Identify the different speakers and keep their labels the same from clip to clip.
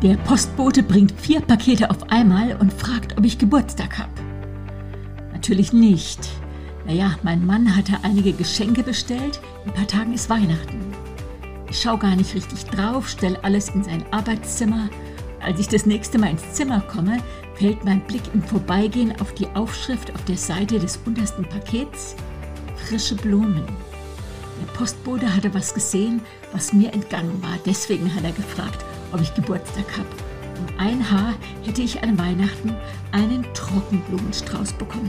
Speaker 1: Der Postbote bringt 4 Pakete auf einmal und fragt, ob ich Geburtstag habe. Natürlich nicht. Naja, mein Mann hatte einige Geschenke bestellt. In ein paar Tagen ist Weihnachten. Ich schaue gar nicht richtig drauf, stelle alles in sein Arbeitszimmer. Als ich das nächste Mal ins Zimmer komme, fällt mein Blick im Vorbeigehen auf die Aufschrift auf der Seite des untersten Pakets: frische Blumen. Der Postbote hatte was gesehen, was mir entgangen war. Deswegen hat er gefragt, ob ich Geburtstag habe. Um ein Haar hätte ich an Weihnachten einen Trockenblumenstrauß bekommen.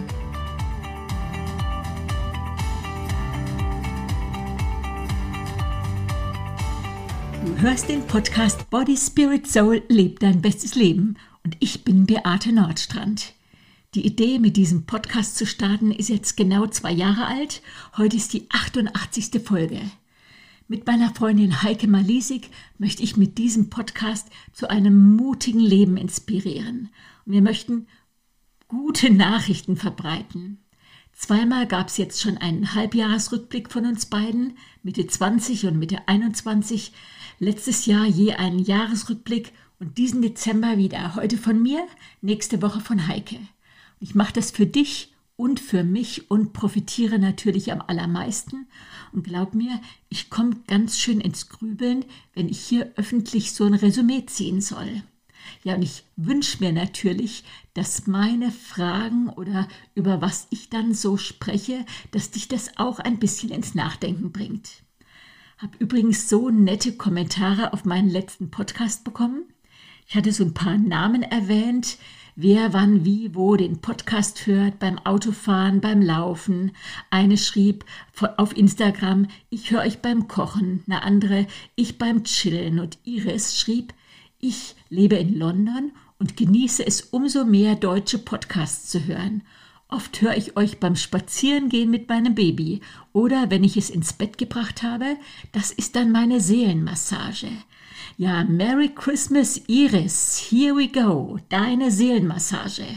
Speaker 1: Du hörst den Podcast Body, Spirit, Soul, leb dein bestes Leben und ich bin Beate Nordstrand. Die Idee, mit diesem Podcast zu starten, ist jetzt genau 2 Jahre alt. Heute ist die 88. Folge. Mit meiner Freundin Heike Malisik möchte ich mit diesem Podcast zu einem mutigen Leben inspirieren. Und wir möchten gute Nachrichten verbreiten. 2-mal gab es jetzt schon einen Halbjahresrückblick von uns beiden, Mitte 20 und Mitte 21. Letztes Jahr je einen Jahresrückblick und diesen Dezember wieder. Heute von mir, nächste Woche von Heike. Ich mache das für dich und für mich und profitiere natürlich am allermeisten. Und glaub mir, ich komme ganz schön ins Grübeln, wenn ich hier öffentlich so ein Resümee ziehen soll. Ja, und ich wünsche mir natürlich, dass meine Fragen oder über was ich dann so spreche, dass dich das auch ein bisschen ins Nachdenken bringt. Habe übrigens so nette Kommentare auf meinen letzten Podcast bekommen. Ich hatte so ein paar Namen erwähnt, wer wann wie wo den Podcast hört, beim Autofahren, beim Laufen. Eine schrieb auf Instagram, ich höre euch beim Kochen. Eine andere, ich beim Chillen. Und Iris schrieb, ich lebe in London und genieße es umso mehr, deutsche Podcasts zu hören. Oft höre ich euch beim Spazierengehen mit meinem Baby oder wenn ich es ins Bett gebracht habe. Das ist dann meine Seelenmassage. Ja, Merry Christmas, Iris. Here we go. Deine Seelenmassage.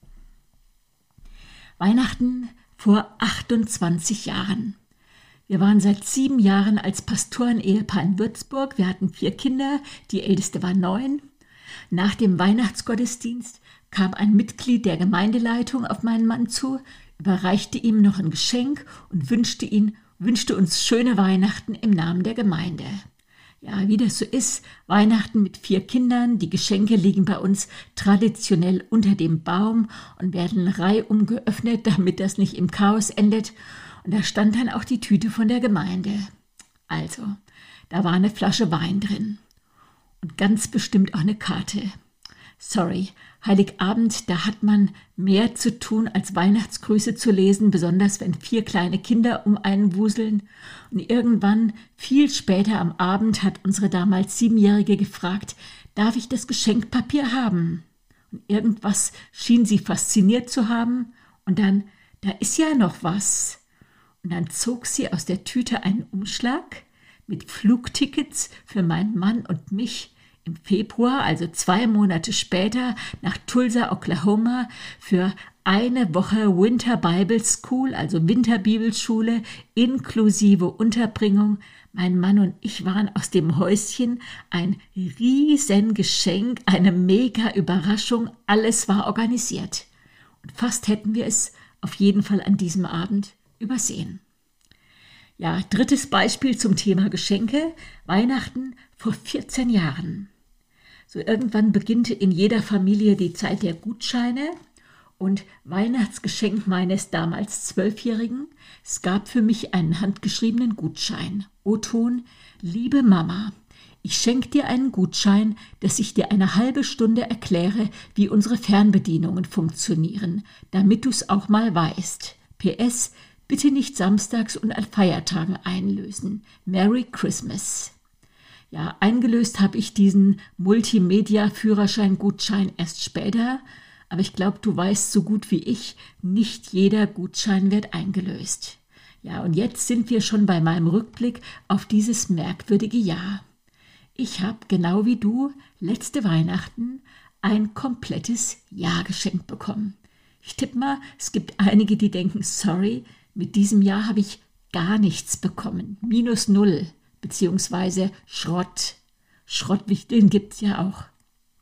Speaker 1: Weihnachten vor 28 Jahren. Wir waren seit 7 Jahren als Pastoren-Ehepaar in Würzburg. Wir hatten 4 Kinder, die älteste war 9. Nach dem Weihnachtsgottesdienst kam ein Mitglied der Gemeindeleitung auf meinen Mann zu, überreichte ihm noch ein Geschenk und wünschte uns schöne Weihnachten im Namen der Gemeinde. Ja, wie das so ist, Weihnachten mit 4 Kindern, die Geschenke liegen bei uns traditionell unter dem Baum und werden reihum geöffnet, damit das nicht im Chaos endet. Und da stand dann auch die Tüte von der Gemeinde. Also, da war eine Flasche Wein drin und ganz bestimmt auch eine Karte. Sorry, Heiligabend, da hat man mehr zu tun, als Weihnachtsgrüße zu lesen, besonders wenn 4 kleine Kinder um einen wuseln. Und irgendwann, viel später am Abend, hat unsere damals 7-Jährige gefragt, darf ich das Geschenkpapier haben? Und irgendwas schien sie fasziniert zu haben. Und dann, da ist ja noch was. Und dann zog sie aus der Tüte einen Umschlag mit Flugtickets für meinen Mann und mich im Februar, also 2 Monate später, nach Tulsa, Oklahoma, für eine Woche Winter Bible School, also Winterbibelschule, inklusive Unterbringung. Mein Mann und ich waren aus dem Häuschen, ein Riesengeschenk, eine mega Überraschung, alles war organisiert. Und fast hätten wir es auf jeden Fall an diesem Abend übersehen. Ja, 3. Beispiel zum Thema Geschenke, Weihnachten vor 14 Jahren. So irgendwann beginnt in jeder Familie die Zeit der Gutscheine und Weihnachtsgeschenk meines damals 12-Jährigen. Es gab für mich einen handgeschriebenen Gutschein. O-Ton, liebe Mama, ich schenke dir einen Gutschein, dass ich dir eine halbe Stunde erkläre, wie unsere Fernbedienungen funktionieren, damit du es auch mal weißt. PS, bitte nicht samstags und an Feiertagen einlösen. Merry Christmas. Ja, eingelöst habe ich diesen Multimedia-Führerschein-Gutschein erst später, aber ich glaube, du weißt so gut wie ich, nicht jeder Gutschein wird eingelöst. Ja, und jetzt sind wir schon bei meinem Rückblick auf dieses merkwürdige Jahr. Ich habe, genau wie du, letzte Weihnachten ein komplettes Jahr geschenkt bekommen. Ich tippe mal, es gibt einige, die denken, sorry, mit diesem Jahr habe ich gar nichts bekommen. -0. Beziehungsweise Schrott. Schrottwichteln gibt es ja auch.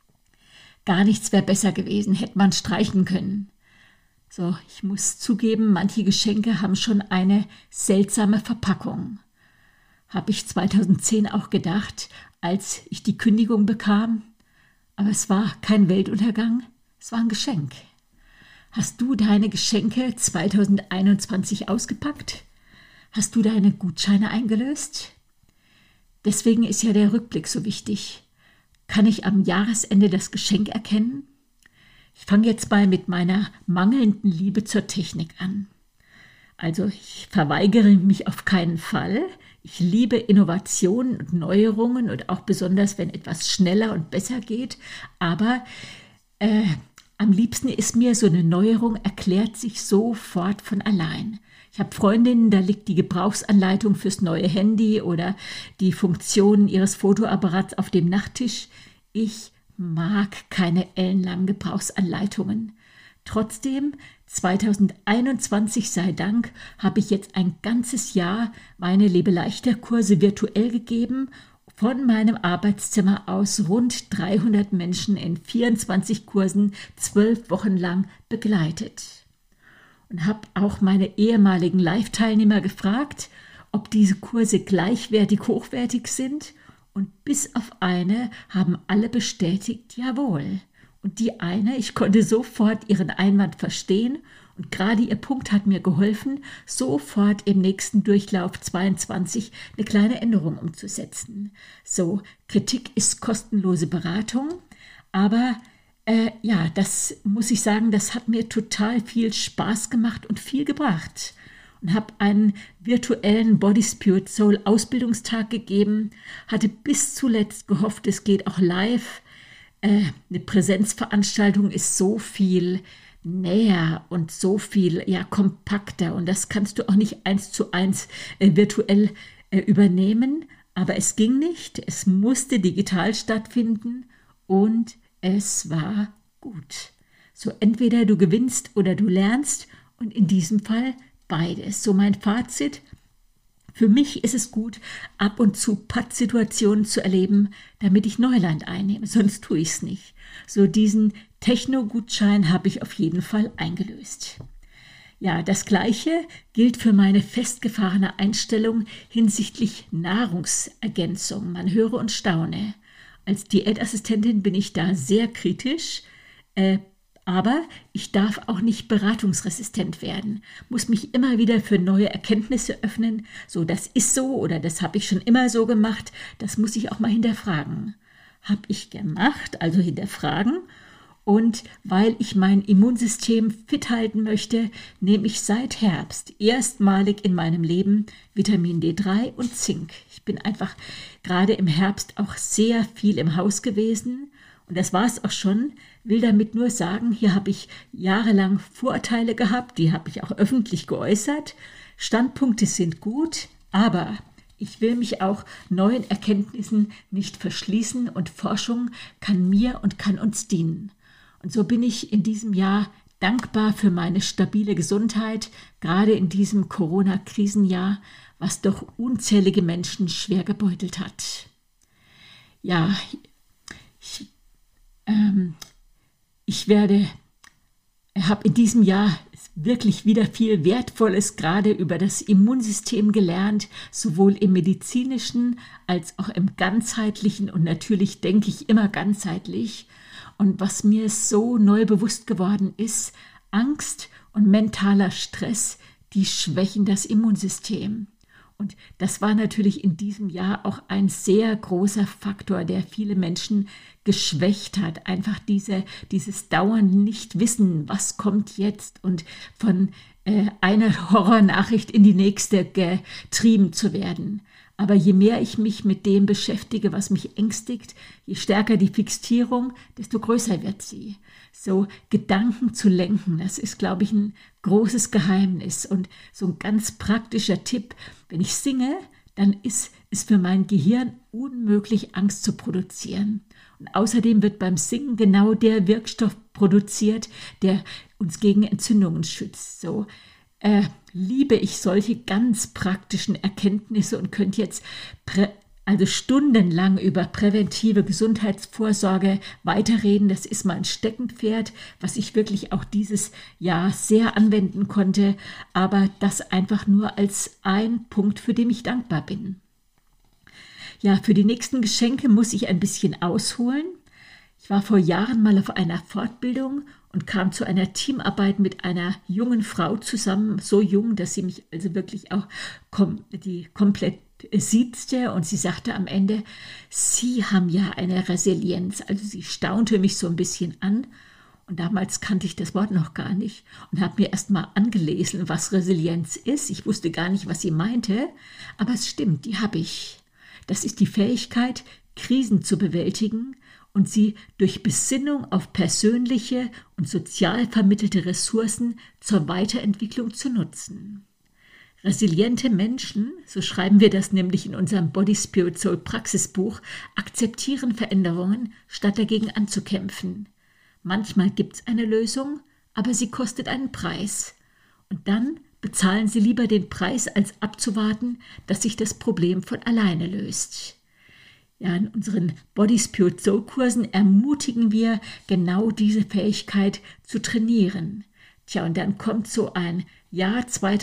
Speaker 1: gar nichts wäre besser gewesen, hätte man streichen können. So, ich muss zugeben, manche Geschenke haben schon eine seltsame Verpackung. Habe ich 2010 auch gedacht, als ich die Kündigung bekam. Aber es war kein Weltuntergang, es war ein Geschenk. Hast du deine Geschenke 2021 ausgepackt? Hast du deine Gutscheine eingelöst? Deswegen ist ja der Rückblick so wichtig. Kann ich am Jahresende das Geschenk erkennen? Ich fange jetzt mal mit meiner mangelnden Liebe zur Technik an. Also ich verweigere mich auf keinen Fall. Ich liebe Innovationen und Neuerungen und auch besonders, wenn etwas schneller und besser geht. Aber am liebsten ist mir, so eine Neuerung erklärt sich sofort von allein. Ich habe Freundinnen, da liegt die Gebrauchsanleitung fürs neue Handy oder die Funktionen ihres Fotoapparats auf dem Nachttisch. Ich mag keine ellenlangen Gebrauchsanleitungen. Trotzdem, 2021 sei Dank, habe ich jetzt ein ganzes Jahr meine Lebeleichter-Kurse virtuell gegeben, von meinem Arbeitszimmer aus rund 300 Menschen in 24 Kursen 12 Wochen lang begleitet. Und habe auch meine ehemaligen Live-Teilnehmer gefragt, ob diese Kurse gleichwertig hochwertig sind. Und bis auf eine haben alle bestätigt, jawohl. Und die eine, ich konnte sofort ihren Einwand verstehen und gerade ihr Punkt hat mir geholfen, sofort im nächsten Durchlauf 22 eine kleine Änderung umzusetzen. So, Kritik ist kostenlose Beratung, aber ja, das muss ich sagen, das hat mir total viel Spaß gemacht und viel gebracht. Und habe einen virtuellen Body Spirit Soul Ausbildungstag gegeben, hatte bis zuletzt gehofft, es geht auch live. Eine Präsenzveranstaltung ist so viel näher und so viel kompakter und das kannst du auch nicht 1:1 virtuell übernehmen, aber es ging nicht, es musste digital stattfinden und es war gut. So entweder du gewinnst oder du lernst und in diesem Fall beides. So mein Fazit: Für mich ist es gut, ab und zu Pattsituationen zu erleben, damit ich Neuland einnehme, sonst tue ich es nicht. So diesen Techno-Gutschein habe ich auf jeden Fall eingelöst. Ja, das Gleiche gilt für meine festgefahrene Einstellung hinsichtlich Nahrungsergänzung. Man höre und staune. Als Diätassistentin bin ich da sehr kritisch, aber ich darf auch nicht beratungsresistent werden, muss mich immer wieder für neue Erkenntnisse öffnen. So, das ist so oder das habe ich schon immer so gemacht, das muss ich auch mal hinterfragen. Habe ich gemacht, also hinterfragen. Und weil ich mein Immunsystem fit halten möchte, nehme ich seit Herbst erstmalig in meinem Leben Vitamin D3 und Zink. Ich bin einfach gerade im Herbst auch sehr viel im Haus gewesen. Und das war es auch schon, will damit nur sagen, hier habe ich jahrelang Vorurteile gehabt, die habe ich auch öffentlich geäußert. Standpunkte sind gut, aber ich will mich auch neuen Erkenntnissen nicht verschließen und Forschung kann mir und kann uns dienen. Und so bin ich in diesem Jahr dankbar für meine stabile Gesundheit, gerade in diesem Corona-Krisenjahr, was doch unzählige Menschen schwer gebeutelt hat. Ja, ich habe in diesem Jahr wirklich wieder viel Wertvolles gerade über das Immunsystem gelernt, sowohl im medizinischen als auch im ganzheitlichen und natürlich denke ich immer ganzheitlich. Und was mir so neu bewusst geworden ist, Angst und mentaler Stress, die schwächen das Immunsystem. Und das war natürlich in diesem Jahr auch ein sehr großer Faktor, der viele Menschen geschwächt hat. Einfach dieses dauernde Nichtwissen, was kommt jetzt und von einer Horrornachricht in die nächste getrieben zu werden. Aber je mehr ich mich mit dem beschäftige, was mich ängstigt, je stärker die Fixierung, desto größer wird sie. So Gedanken zu lenken, das ist, glaube ich, ein großes Geheimnis. Und so ein ganz praktischer Tipp: Wenn ich singe, dann ist es für mein Gehirn unmöglich, Angst zu produzieren. Und außerdem wird beim Singen genau der Wirkstoff produziert, der uns gegen Entzündungen schützt. So liebe ich solche ganz praktischen Erkenntnisse und könnte jetzt Also stundenlang über präventive Gesundheitsvorsorge weiterreden, das ist mein Steckenpferd, was ich wirklich auch dieses Jahr sehr anwenden konnte, aber das einfach nur als ein Punkt, für den ich dankbar bin. Ja, für die nächsten Geschenke muss ich ein bisschen ausholen. Ich war vor Jahren mal auf einer Fortbildung und kam zu einer Teamarbeit mit einer jungen Frau zusammen, so jung, dass sie mich also wirklich auch komplett siezte, und sie sagte am Ende, Sie haben ja eine Resilienz. Also sie staunte mich so ein bisschen an, und damals kannte ich das Wort noch gar nicht und habe mir erst mal angelesen, was Resilienz ist. Ich wusste gar nicht, was sie meinte, aber es stimmt, die habe ich. Das ist die Fähigkeit, Krisen zu bewältigen und sie durch Besinnung auf persönliche und sozial vermittelte Ressourcen zur Weiterentwicklung zu nutzen. Resiliente Menschen, so schreiben wir das nämlich in unserem Body Spirit Soul Praxisbuch, akzeptieren Veränderungen, statt dagegen anzukämpfen. Manchmal gibt es eine Lösung, aber sie kostet einen Preis. Und dann bezahlen sie lieber den Preis, als abzuwarten, dass sich das Problem von alleine löst. Ja, in unseren Body Spirit Soul Kursen ermutigen wir, genau diese Fähigkeit zu trainieren. Tja, und dann kommt so ein Jahr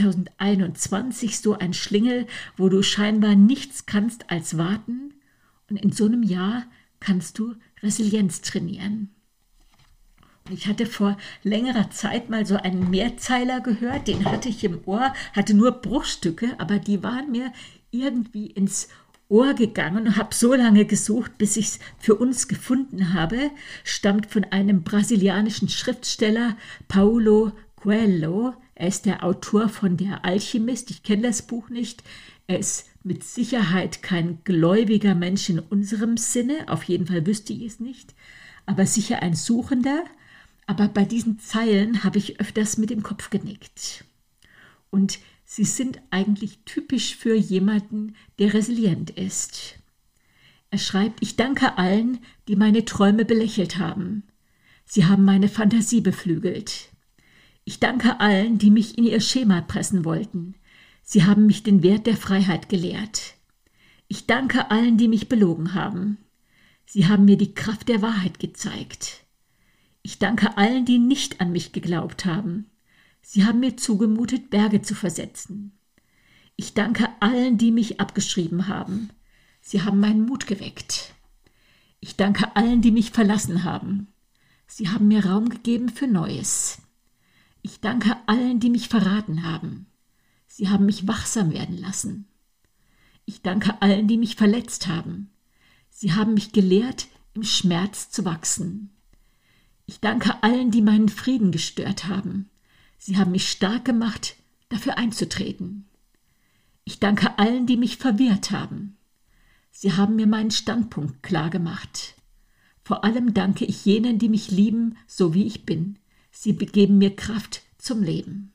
Speaker 1: 2021, so ein Schlingel, wo du scheinbar nichts kannst als warten. Und in so einem Jahr kannst du Resilienz trainieren. Und ich hatte vor längerer Zeit mal so einen Mehrzeiler gehört, den hatte ich im Ohr, hatte nur Bruchstücke, aber die waren mir irgendwie ins Ohr gegangen und habe so lange gesucht, bis ich es für uns gefunden habe. Stammt von einem brasilianischen Schriftsteller, Paulo Coelho. Er ist der Autor von Der Alchemist. Ich kenne das Buch nicht. Er ist mit Sicherheit kein gläubiger Mensch in unserem Sinne. Auf jeden Fall wüsste ich es nicht. Aber sicher ein Suchender. Aber bei diesen Zeilen habe ich öfters mit dem Kopf genickt. Und sie sind eigentlich typisch für jemanden, der resilient ist. Er schreibt, ich danke allen, die meine Träume belächelt haben. Sie haben meine Fantasie beflügelt. Ich danke allen, die mich in ihr Schema pressen wollten. Sie haben mich den Wert der Freiheit gelehrt. Ich danke allen, die mich belogen haben. Sie haben mir die Kraft der Wahrheit gezeigt. Ich danke allen, die nicht an mich geglaubt haben. Sie haben mir zugemutet, Berge zu versetzen. Ich danke allen, die mich abgeschrieben haben. Sie haben meinen Mut geweckt. Ich danke allen, die mich verlassen haben. Sie haben mir Raum gegeben für Neues. Ich danke allen, die mich verraten haben. Sie haben mich wachsam werden lassen. Ich danke allen, die mich verletzt haben. Sie haben mich gelehrt, im Schmerz zu wachsen. Ich danke allen, die meinen Frieden gestört haben. Sie haben mich stark gemacht, dafür einzutreten. Ich danke allen, die mich verwirrt haben. Sie haben mir meinen Standpunkt klar gemacht. Vor allem danke ich jenen, die mich lieben, so wie ich bin. Sie geben mir Kraft zum Leben.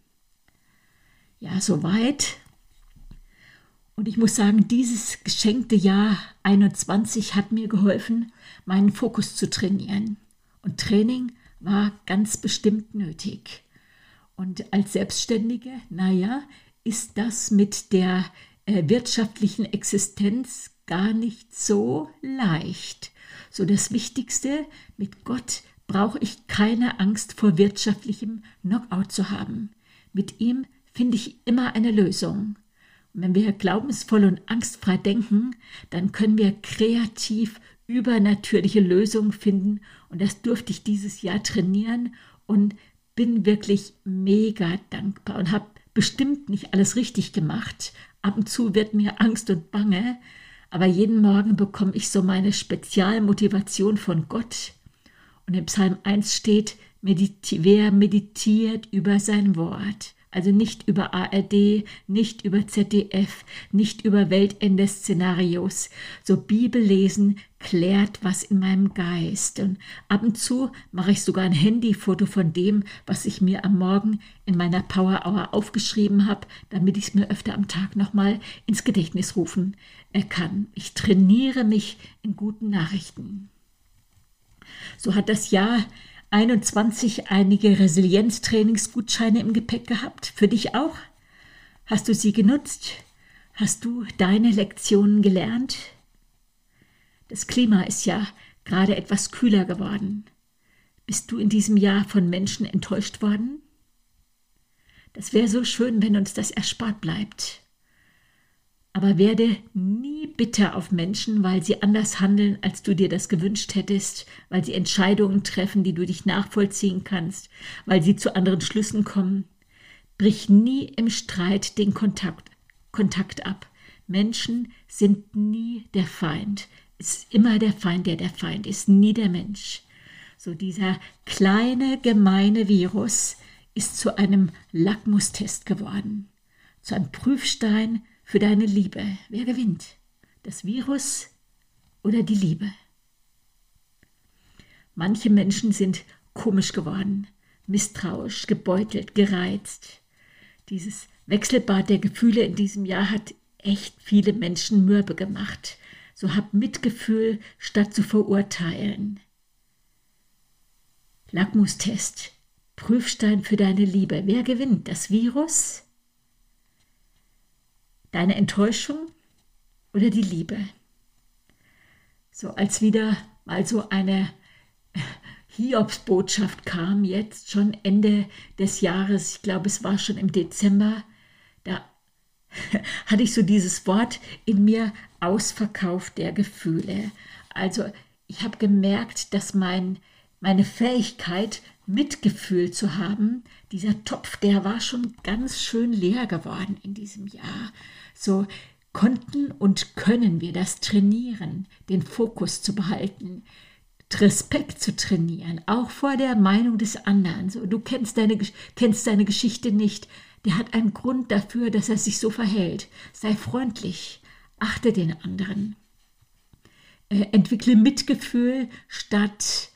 Speaker 1: Ja, soweit. Und ich muss sagen, dieses geschenkte Jahr 21 hat mir geholfen, meinen Fokus zu trainieren. Und Training war ganz bestimmt nötig. Und als Selbstständige, ist das mit der wirtschaftlichen Existenz gar nicht so leicht. So das Wichtigste, mit Gott brauche ich keine Angst vor wirtschaftlichem Knockout zu haben. Mit ihm finde ich immer eine Lösung. Und wenn wir glaubensvoll und angstfrei denken, dann können wir kreativ übernatürliche Lösungen finden. Und das durfte ich dieses Jahr trainieren und bin wirklich mega dankbar und habe bestimmt nicht alles richtig gemacht. Ab und zu wird mir Angst und Bange, aber jeden Morgen bekomme ich so meine Spezialmotivation von Gott. Und im Psalm 1 steht, wer meditiert über sein Wort. Also nicht über ARD, nicht über ZDF, nicht über Weltende-Szenarios. So Bibellesen klärt was in meinem Geist. Und ab und zu mache ich sogar ein Handyfoto von dem, was ich mir am Morgen in meiner Power Hour aufgeschrieben habe, damit ich es mir öfter am Tag nochmal ins Gedächtnis rufen kann. Ich trainiere mich in guten Nachrichten. So hat das Jahr 21 einige Resilienztrainingsgutscheine im Gepäck gehabt. Für dich auch? Hast du sie genutzt? Hast du deine Lektionen gelernt? Das Klima ist ja gerade etwas kühler geworden. Bist du in diesem Jahr von Menschen enttäuscht worden? Das wäre so schön, wenn uns das erspart bleibt. Aber werde nie bitter auf Menschen, weil sie anders handeln, als du dir das gewünscht hättest, weil sie Entscheidungen treffen, die du nicht nachvollziehen kannst, weil sie zu anderen Schlüssen kommen. Brich nie im Streit den Kontakt ab. Menschen sind nie der Feind. Es ist immer der Feind, der Feind ist, nie der Mensch. So dieser kleine, gemeine Virus ist zu einem Lackmustest geworden, zu einem Prüfstein für deine Liebe. Wer gewinnt? Das Virus oder die Liebe? Manche Menschen sind komisch geworden, misstrauisch, gebeutelt, gereizt. Dieses Wechselbad der Gefühle in diesem Jahr hat echt viele Menschen mürbe gemacht. So hab Mitgefühl, statt zu verurteilen. Lackmustest, Prüfstein für deine Liebe. Wer gewinnt? Das Virus? Deine Enttäuschung oder die Liebe? So als wieder mal so eine Hiobsbotschaft kam, jetzt schon Ende des Jahres, ich glaube es war schon im Dezember, da hatte ich so dieses Wort in mir, Ausverkauf der Gefühle. Also ich habe gemerkt, dass meine Fähigkeit, Mitgefühl zu haben, dieser Topf, der war schon ganz schön leer geworden in diesem Jahr. So konnten und können wir das trainieren, den Fokus zu behalten, Respekt zu trainieren, auch vor der Meinung des anderen. So, du kennst deine Geschichte nicht, der hat einen Grund dafür, dass er sich so verhält. Sei freundlich, achte den anderen. Entwickle Mitgefühl statt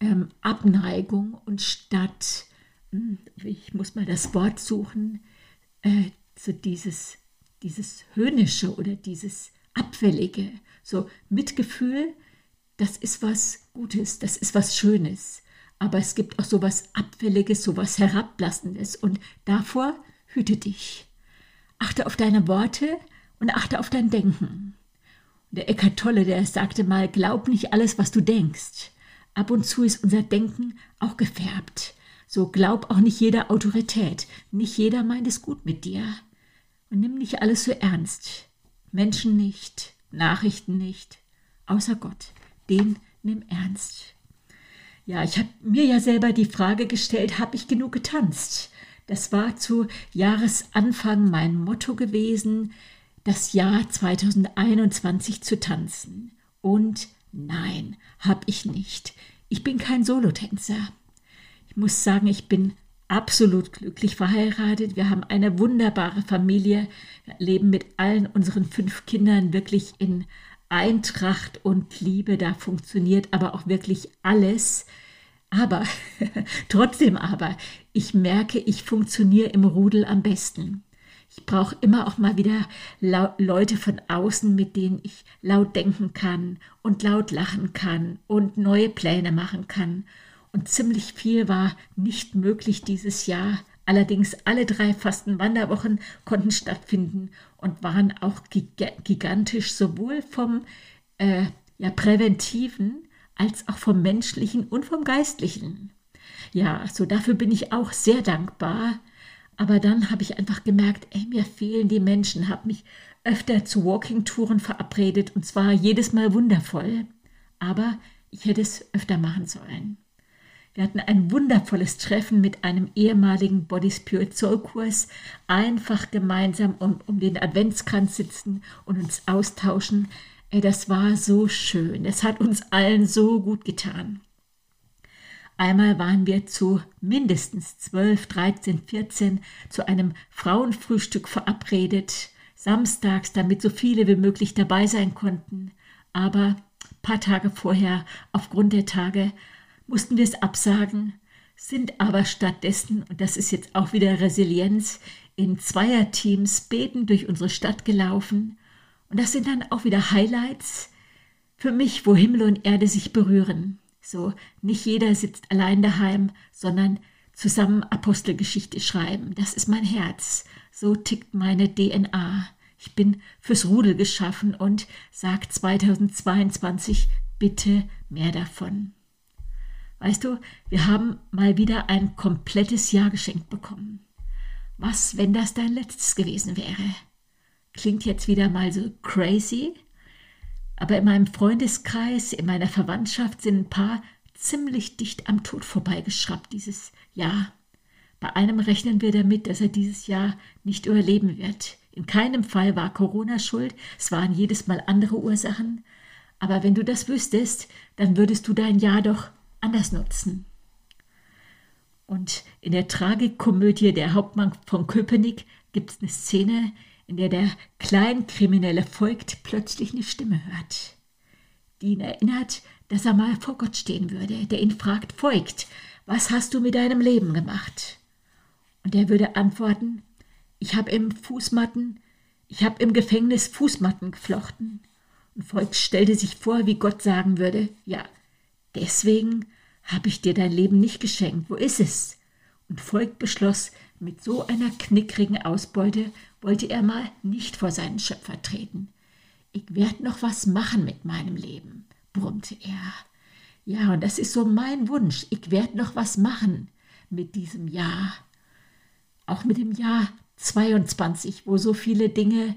Speaker 1: Abneigung und statt, ich muss mal das Wort suchen, so dieses Höhnische oder dieses Abfällige. So Mitgefühl, das ist was Gutes, das ist was Schönes. Aber es gibt auch so was Abfälliges, so was Herablassendes. Und davor hüte dich. Achte auf deine Worte und achte auf dein Denken. Der Eckhart Tolle, der sagte mal, glaub nicht alles, was du denkst. Ab und zu ist unser Denken auch gefärbt. So glaub auch nicht jeder Autorität. Nicht jeder meint es gut mit dir. Und nimm nicht alles so ernst. Menschen nicht, Nachrichten nicht, außer Gott. Den nimm ernst. Ja, ich habe mir ja selber die Frage gestellt, habe ich genug getanzt? Das war zu Jahresanfang mein Motto gewesen, das Jahr 2021 zu tanzen. Und nein, habe ich nicht. Ich bin kein Solotänzer. Ich muss sagen, ich bin absolut glücklich verheiratet. Wir haben eine wunderbare Familie, leben mit allen unseren 5 Kindern wirklich in Eintracht und Liebe. Da funktioniert aber auch wirklich alles. Aber, trotzdem aber, ich merke, ich funktioniere im Rudel am besten. Ich brauche immer auch mal wieder Leute von außen, mit denen ich laut denken kann und laut lachen kann und neue Pläne machen kann. Und ziemlich viel war nicht möglich dieses Jahr. Allerdings alle 3 Fastenwanderwochen konnten stattfinden und waren auch gigantisch, sowohl vom Präventiven als auch vom Menschlichen und vom Geistlichen. Ja, so dafür bin ich auch sehr dankbar. Aber dann habe ich einfach gemerkt, mir fehlen die Menschen, habe mich öfter zu Walking-Touren verabredet und zwar jedes Mal wundervoll. Aber ich hätte es öfter machen sollen. Wir hatten ein wundervolles Treffen mit einem ehemaligen Body Spirit Soul Kurs, einfach gemeinsam um den Adventskranz sitzen und uns austauschen. Das war so schön, es hat uns allen so gut getan. Einmal waren wir zu mindestens 12, 13, 14 zu einem Frauenfrühstück verabredet, samstags, damit so viele wie möglich dabei sein konnten. Aber ein paar Tage vorher, aufgrund der Tage, mussten wir es absagen, sind aber stattdessen, und das ist jetzt auch wieder Resilienz, in Zweierteams betend durch unsere Stadt gelaufen. Und das sind dann auch wieder Highlights für mich, wo Himmel und Erde sich berühren. So, nicht jeder sitzt allein daheim, sondern zusammen Apostelgeschichte schreiben. Das ist mein Herz. So tickt meine DNA. Ich bin fürs Rudel geschaffen und sag 2022 bitte mehr davon. Weißt du, wir haben mal wieder ein komplettes Jahr geschenkt bekommen. Was, wenn das dein letztes gewesen wäre? Klingt jetzt wieder mal so crazy, aber in meinem Freundeskreis, in meiner Verwandtschaft sind ein paar ziemlich dicht am Tod vorbeigeschraubt dieses Jahr. Bei einem rechnen wir damit, dass er dieses Jahr nicht überleben wird. In keinem Fall war Corona schuld, es waren jedes Mal andere Ursachen. Aber wenn du das wüsstest, dann würdest du dein Jahr doch anders nutzen. Und in der Tragikomödie Der Hauptmann von Köpenick gibt es eine Szene, in der der Kleinkriminelle Voigt plötzlich eine Stimme hört, die ihn erinnert, dass er mal vor Gott stehen würde, der ihn fragt: Voigt, was hast du mit deinem Leben gemacht? Und er würde antworten: Ich habe im Gefängnis Fußmatten geflochten. Und Voigt stellte sich vor, wie Gott sagen würde: Ja, deswegen habe ich dir dein Leben nicht geschenkt. Wo ist es? Und Voigt beschloss, mit so einer knickrigen Ausbeute wollte er mal nicht vor seinen Schöpfer treten. Ich werde noch was machen mit meinem Leben, brummte er. Ja, und das ist so mein Wunsch. Ich werde noch was machen mit diesem Jahr. Auch mit dem Jahr 22, wo so viele Dinge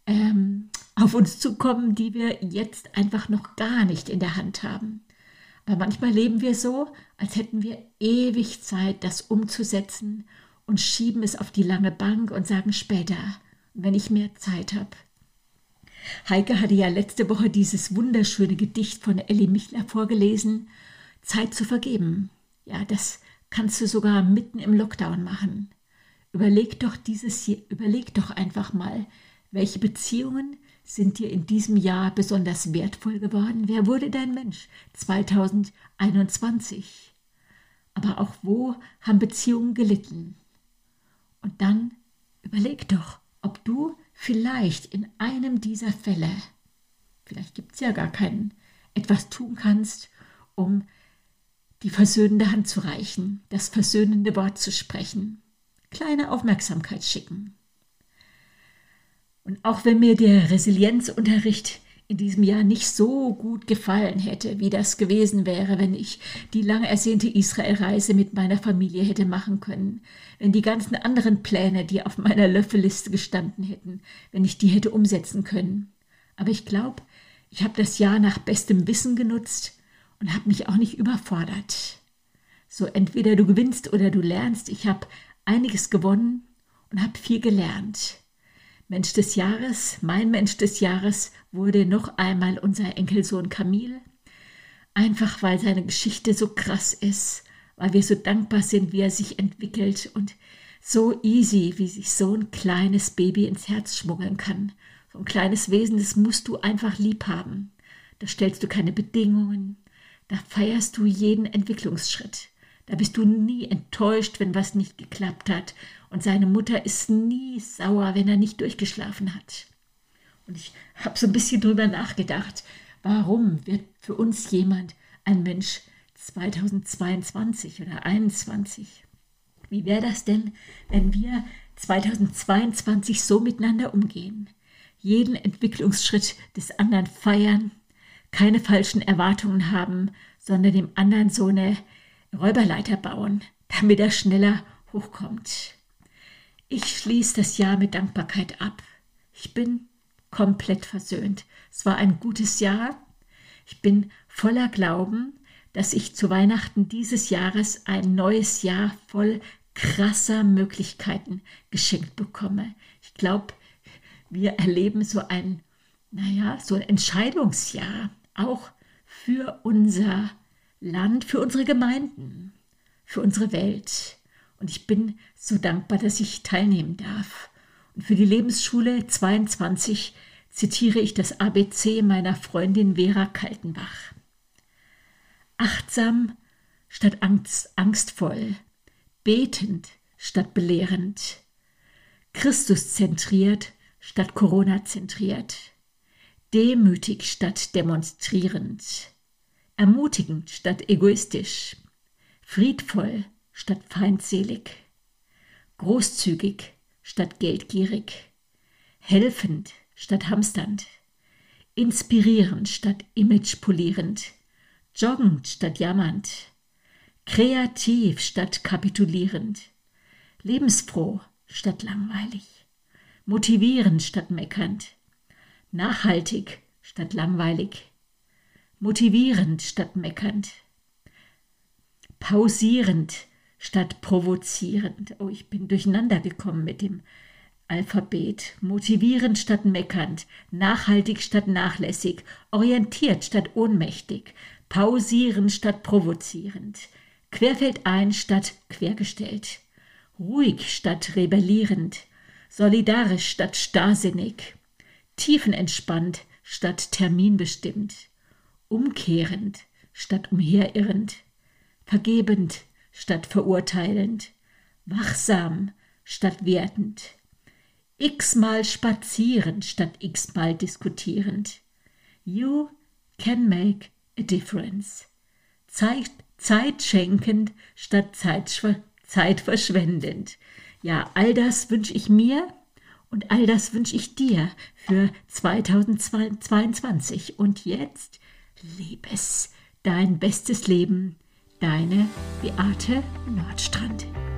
Speaker 1: auf uns zukommen, die wir jetzt einfach noch gar nicht in der Hand haben. Aber manchmal leben wir so, als hätten wir ewig Zeit, das umzusetzen, und schieben es auf die lange Bank und sagen später, wenn ich mehr Zeit habe. Heike hatte ja letzte Woche dieses wunderschöne Gedicht von Elli Michler vorgelesen, Zeit zu vergeben. Ja, das kannst du sogar mitten im Lockdown machen. Überleg doch einfach mal, welche Beziehungen sind dir in diesem Jahr besonders wertvoll geworden? Wer wurde dein Mensch 2021? Aber auch wo haben Beziehungen gelitten? Und dann überleg doch, ob du vielleicht in einem dieser Fälle, vielleicht gibt es ja gar keinen, etwas tun kannst, um die versöhnende Hand zu reichen, das versöhnende Wort zu sprechen, kleine Aufmerksamkeit schicken. Und auch wenn mir der Resilienzunterricht in diesem Jahr nicht so gut gefallen hätte, wie das gewesen wäre, wenn ich die lang ersehnte Israelreise mit meiner Familie hätte machen können, wenn die ganzen anderen Pläne, die auf meiner Löffelliste gestanden hätten, wenn ich die hätte umsetzen können. Aber ich glaube, ich habe das Jahr nach bestem Wissen genutzt und habe mich auch nicht überfordert. So entweder du gewinnst oder du lernst. Ich habe einiges gewonnen und habe viel gelernt. Mensch des Jahres, mein Mensch des Jahres wurde noch einmal unser Enkelsohn Kamil. Einfach weil seine Geschichte so krass ist, weil wir so dankbar sind, wie er sich entwickelt und so easy, wie sich so ein kleines Baby ins Herz schmuggeln kann. So ein kleines Wesen, das musst du einfach lieb haben. Da stellst du keine Bedingungen, da feierst du jeden Entwicklungsschritt. Da bist du nie enttäuscht, wenn was nicht geklappt hat. Und seine Mutter ist nie sauer, wenn er nicht durchgeschlafen hat. Und ich habe so ein bisschen drüber nachgedacht, warum wird für uns jemand ein Mensch 2022 oder 2021? Wie wäre das denn, wenn wir 2022 so miteinander umgehen? Jeden Entwicklungsschritt des anderen feiern, keine falschen Erwartungen haben, sondern dem anderen so eine Räuberleiter bauen, damit er schneller hochkommt. Ich schließe das Jahr mit Dankbarkeit ab. Ich bin komplett versöhnt. Es war ein gutes Jahr. Ich bin voller Glauben, dass ich zu Weihnachten dieses Jahres ein neues Jahr voll krasser Möglichkeiten geschenkt bekomme. Ich glaube, wir erleben so ein Entscheidungsjahr, auch für unser Land, für unsere Gemeinden, für unsere Welt. Und ich bin so dankbar, dass ich teilnehmen darf. Und für die Lebensschule 22 zitiere ich das ABC meiner Freundin Vera Kaltenbach. Achtsam statt angstvoll, betend statt belehrend, Christuszentriert statt Corona-zentriert, demütig statt demonstrierend, ermutigend statt egoistisch, friedvoll statt feindselig, großzügig statt geldgierig, helfend statt hamsternd, inspirierend statt imagepolierend, joggend statt jammernd, kreativ statt kapitulierend, lebensfroh statt langweilig, motivierend statt meckernd, nachhaltig statt langweilig, motivierend statt meckernd, pausierend statt provozierend. Oh, ich bin durcheinander gekommen mit dem Alphabet. Motivierend statt meckernd, nachhaltig statt nachlässig, orientiert statt ohnmächtig, pausierend statt provozierend, querfeldein statt quergestellt, ruhig statt rebellierend, solidarisch statt starrsinnig, tiefenentspannt statt terminbestimmt, umkehrend statt umherirrend, vergebend statt verurteilend, wachsam statt wertend, x-mal spazierend statt x-mal diskutierend. You can make a difference. Zeit schenkend statt Zeit verschwendend. Ja, all das wünsche ich mir und all das wünsche ich dir für 2022. Und jetzt, Liebes, dein bestes Leben, deine Beate Nordstrand.